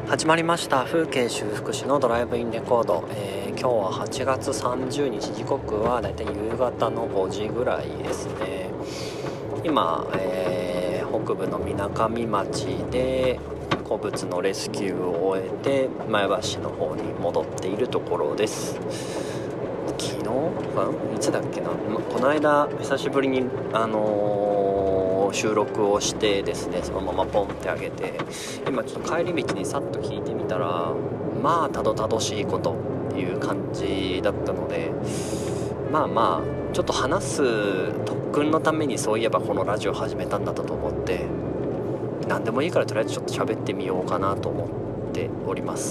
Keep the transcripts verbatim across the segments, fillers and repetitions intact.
始まりました風景修復師のドライブインレコード、えー、今日ははちがつさんじゅうにち、時刻はだいたい夕方のごじぐらいですね。今、えー、北部のみなかみ町で古物のレスキューを終えて前橋市の方に戻っているところです。昨日いつだっけな、この間久しぶりにあのー、収録をしてですね、そのままポンってあげて、今ちょっと帰り道にさっと聞いてみたら、まあたどたどしいことっていう感じだったので、まあまあちょっと話す特訓のためにそういえばこのラジオ始めたんだったと思って、何でもいいからとりあえずちょっと喋ってみようかなと思っております。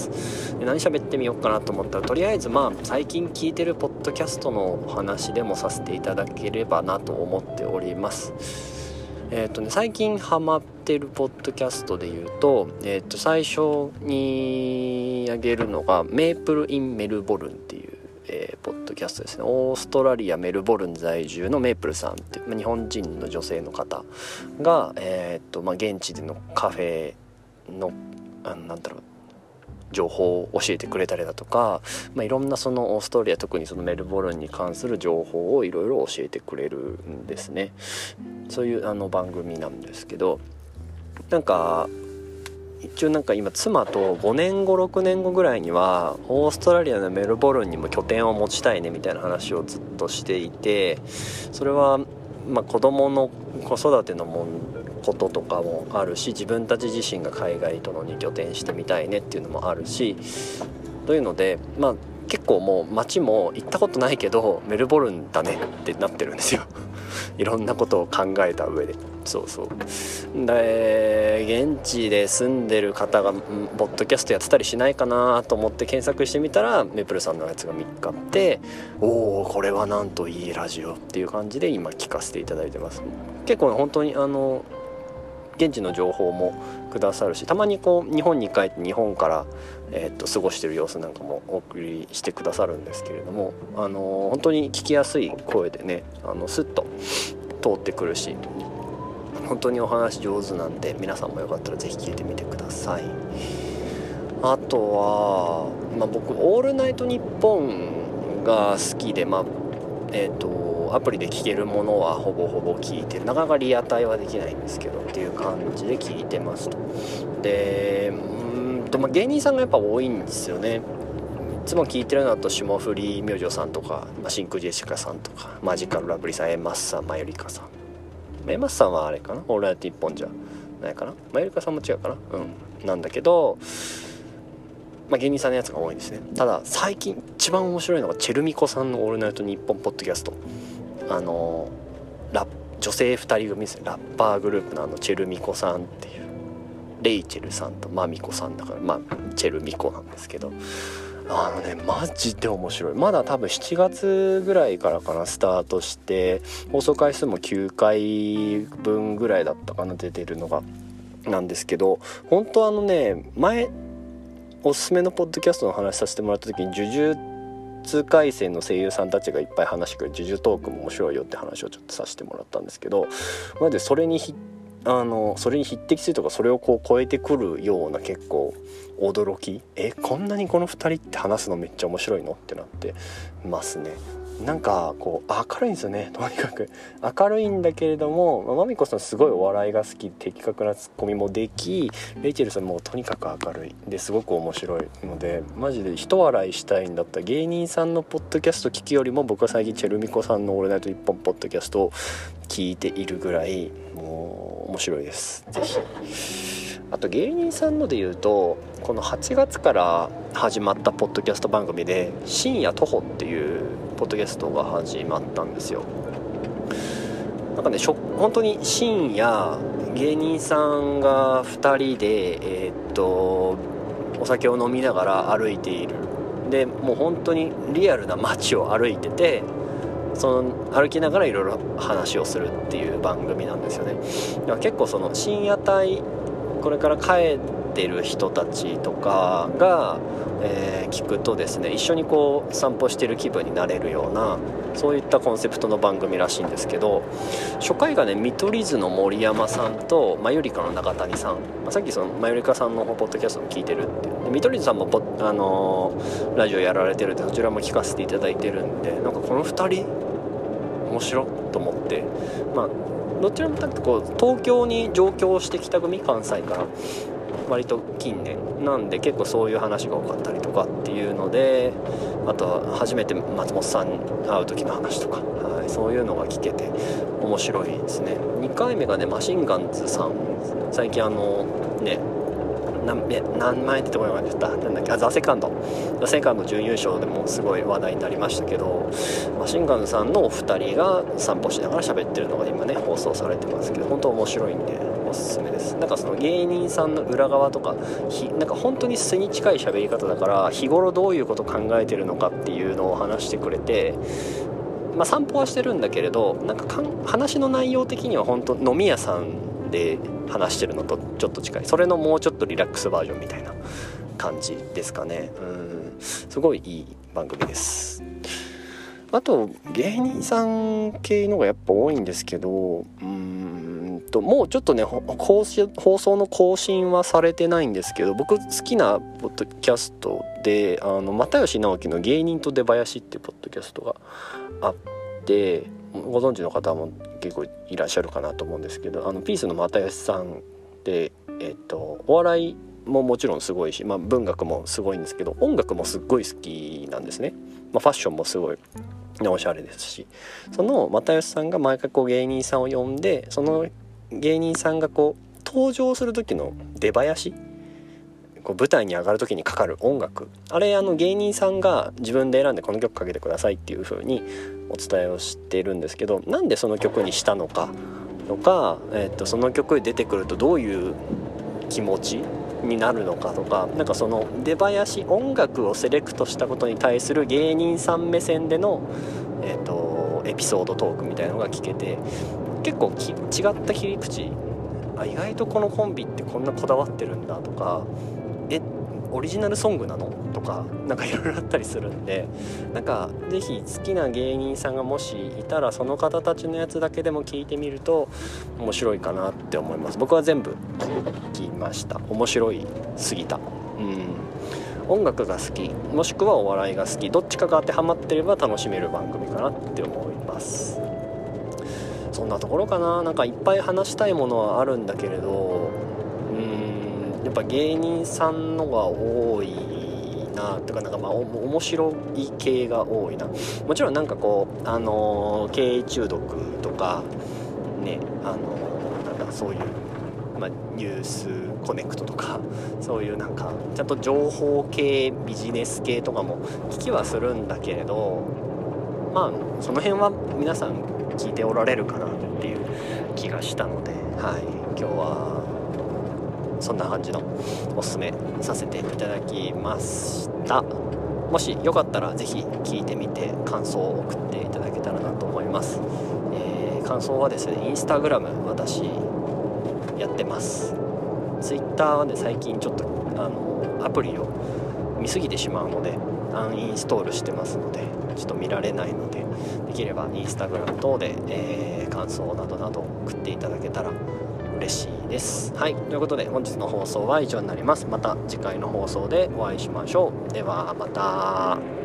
で、何喋ってみようかなと思ったら、とりあえずまあ最近聞いてるポッドキャストのお話でもさせていただければなと思っております。えーとね、最近ハマってるポッドキャストでいうと、えーと最初にあげるのがメープルインメルボルンっていう、えー、ポッドキャストですね。オーストラリアメルボルン在住のメープルさんっていう、まあ、日本人の女性の方が、えーとまあ、現地でのカフェのあなんだろう情報を教えてくれたりだとか、まあ、いろんなそのオーストラリア、特にそのメルボルンに関する情報をいろいろ教えてくれるんですね。そういうあの番組なんですけど、なんか一応なんか今妻とごねんごろくねんごぐらいにはオーストラリアのメルボルンにも拠点を持ちたいねみたいな話をずっとしていて、それはまあ子供の子育てのもこととかもあるし、自分たち自身が海外とのに拠点してみたいねっていうのもあるし、というのでまあ結構もう街も行ったことないけどメルボルンだねってなってるんですよいろんなことを考えた上で。そうそうで、現地で住んでる方がポッドキャストやってたりしないかなと思って検索してみたら、メプルさんのやつが見っかって、おおこれはなんといいラジオっていう感じで今聞かせていただいてます。結構本当にあの現地の情報もくださるし、たまにこう日本に帰って日本から、えー、っと過ごしてる様子なんかもお送りしてくださるんですけれども、あの本当に聞きやすい声でね、あのスッと通ってくるし、本当にお話上手なんで、皆さんもよかったらぜひ聞いてみてください。あとは、まあ、僕オールナイトニッポンが好きで、まあえー、とアプリで聴けるものはほぼほぼ聞いてる。なかなかリアタイはできないんですけどっていう感じで聞いてますと。で、うーんと、まあ、芸人さんがやっぱ多いんですよね。いつも聞いてるのだと霜降り明星さんとか、まあ、真空ジェシカさんとか、マジカルラブリーさん、エマッさん、マユリカさん。エマッさんはあれかな、オールナイトニッポンじゃないかな、マユリカさんも違うかな、うんなんだけど、まあ、芸人さんのやつが多いんですね。ただ最近一番面白いのがチェルミコさんのオールナイトニッポンポッドキャスト。あのラ女性ふたり組ですね。ラッパーグループのあのチェルミコさんっていう、レイチェルさんとマミコさんだから、まあチェルミコなんですけど、あのねマジで面白い。まだ多分しちがつぐらいからかなスタートして、放送回数もきゅうかいぶんぐらいだったかな、出てるのがなんですけど、本当あのね、前おすすめのポッドキャストの話させてもらった時に、呪術廻戦の声優さんたちがいっぱい話してくれる呪術トークも面白いよって話をちょっとさせてもらったんですけど、までそれにひあのそれに匹敵するとか、それをこう超えてくるような結構驚き、えこんなにこのふたりって話すのめっちゃ面白いのってなってますね。なんかこう明るいんですよね。とにかく明るいんだけれども、まあ、マミコさんすごいお笑いが好き、的確なツッコミもでき、レイチェルさんもとにかく明るいですごく面白いので、マジで一笑いしたいんだったら芸人さんのポッドキャスト聞くよりも、僕は最近チェルミコさんのオールナイトニッポンポッドキャストを聞いているぐらいもう面白いです。ぜひ。あと芸人さんので言うと、このはちがつから始まったポッドキャスト番組で深夜徒歩っていうポッドキャストが始まったんですよ。なんかね、しょ本当に深夜芸人さんがふたりで、えー、っとお酒を飲みながら歩いている。でもう本当にリアルな街を歩いてて、その歩きながらいろいろ話をするっていう番組なんですよね。だから結構その深夜帯、これから帰ってる人たちとかが、えー、聞くとですね、一緒にこう散歩してる気分になれるような、そういったコンセプトの番組らしいんですけど、初回がね見取り図の森山さんとマユリカの中谷さん、まあ、さっきそのマユリカさんのポッドキャストも聞いてるっていうで、見取り図さんもポ、あのー、ラジオやられてるんで、そちらも聞かせていただいてるんで、なんかこのふたり面白いと思って、まあどちらもこう東京に上京してきた組、関西から割と近年なんで結構そういう話が多かったりとかっていうので、あとは初めて松本さんに会う時の話とか、はい、そういうのが聞けて面白いですね。にかいめがねマシンガンズさん、最近あのね何何前ってところに言ったなんだっけ、あザ・セカンドザ・セカンド準優勝でもすごい話題になりましたけど、マシンガンズさんのお二人が散歩しながら喋ってるのが今ね放送されてますけど、本当面白いんでおすすめです。なんかその芸人さんの裏側とかひなんか本当に素に近い喋り方だから、日頃どういうこと考えてるのかっていうのを話してくれて、まあ、散歩はしてるんだけれど、なんかかん話の内容的には本当飲み屋さんで話してるのとちょっと近い、それのもうちょっとリラックスバージョンみたいな感じですかね。うんすごいいい番組です。あと芸人さん系のがやっぱ多いんですけど、うーんともうちょっとね放送の更新はされてないんですけど、僕好きなポッドキャストであの又吉直樹の芸人と出囃子っていうポッドキャストがあって、ご存知の方も結構いらっしゃるかなと思うんですけど、あのピースの又吉さんで、えっと、お笑いももちろんすごいし、まあ、文学もすごいんですけど、音楽もすっごい好きなんですね。まあ、ファッションもすごいおしゃれですし、その又吉さんが毎回こう芸人さんを呼んで、その芸人さんがこう登場する時の出囃子、こう舞台に上がる時にかかる音楽、あれあの芸人さんが自分で選んでこの曲かけてくださいっていう風にお伝えをしてるんですけど、なんでその曲にしたのかとか、えー、とその曲で出てくるとどういう気持ちになるのかとか、なんかその出囃子音楽をセレクトしたことに対する芸人さん目線での、えー、とエピソードトークみたいなのが聞けて、結構き違った切り口、あ意外とこのコンビってこんなこだわってるんだとか、えオリジナルソングなのとか、なんかいろいろあったりするんで、なんかぜひ好きな芸人さんがもしいたら、その方たちのやつだけでも聞いてみると面白いかなって思います。僕は全部聞きました。面白いすぎた。うん音楽が好きもしくはお笑いが好き、どっちかが当てはまってれば楽しめる番組かなって思います。そんなところかな。なんかいっぱい話したいものはあるんだけれど、うーんやっぱ芸人さんのが多いなとか、なんかまあ面白い系が多いな。もちろんなんかこうあのー、経営中毒とかね、あのー、なんかそういう、まあ、ニュースコネクトとかそういうなんかちゃんと情報系ビジネス系とかも聞きはするんだけれど、まあその辺は皆さん聞いておられるかなっていう気がしたので、はい今日はそんな感じのおすすめさせていただきました。もしよかったらぜひ聞いてみて感想を送っていただけたらなと思います。えー、感想はですねインスタグラム私やってます。ツイッターはね最近ちょっとあのアプリを見すぎてしまうのでアンインストールしてますのでちょっと見られないので、できればインスタグラム等で、えー、感想などなど送っていただけたら嬉しいです。はい、ということで本日の放送は以上になります。また次回の放送でお会いしましょう。ではまた。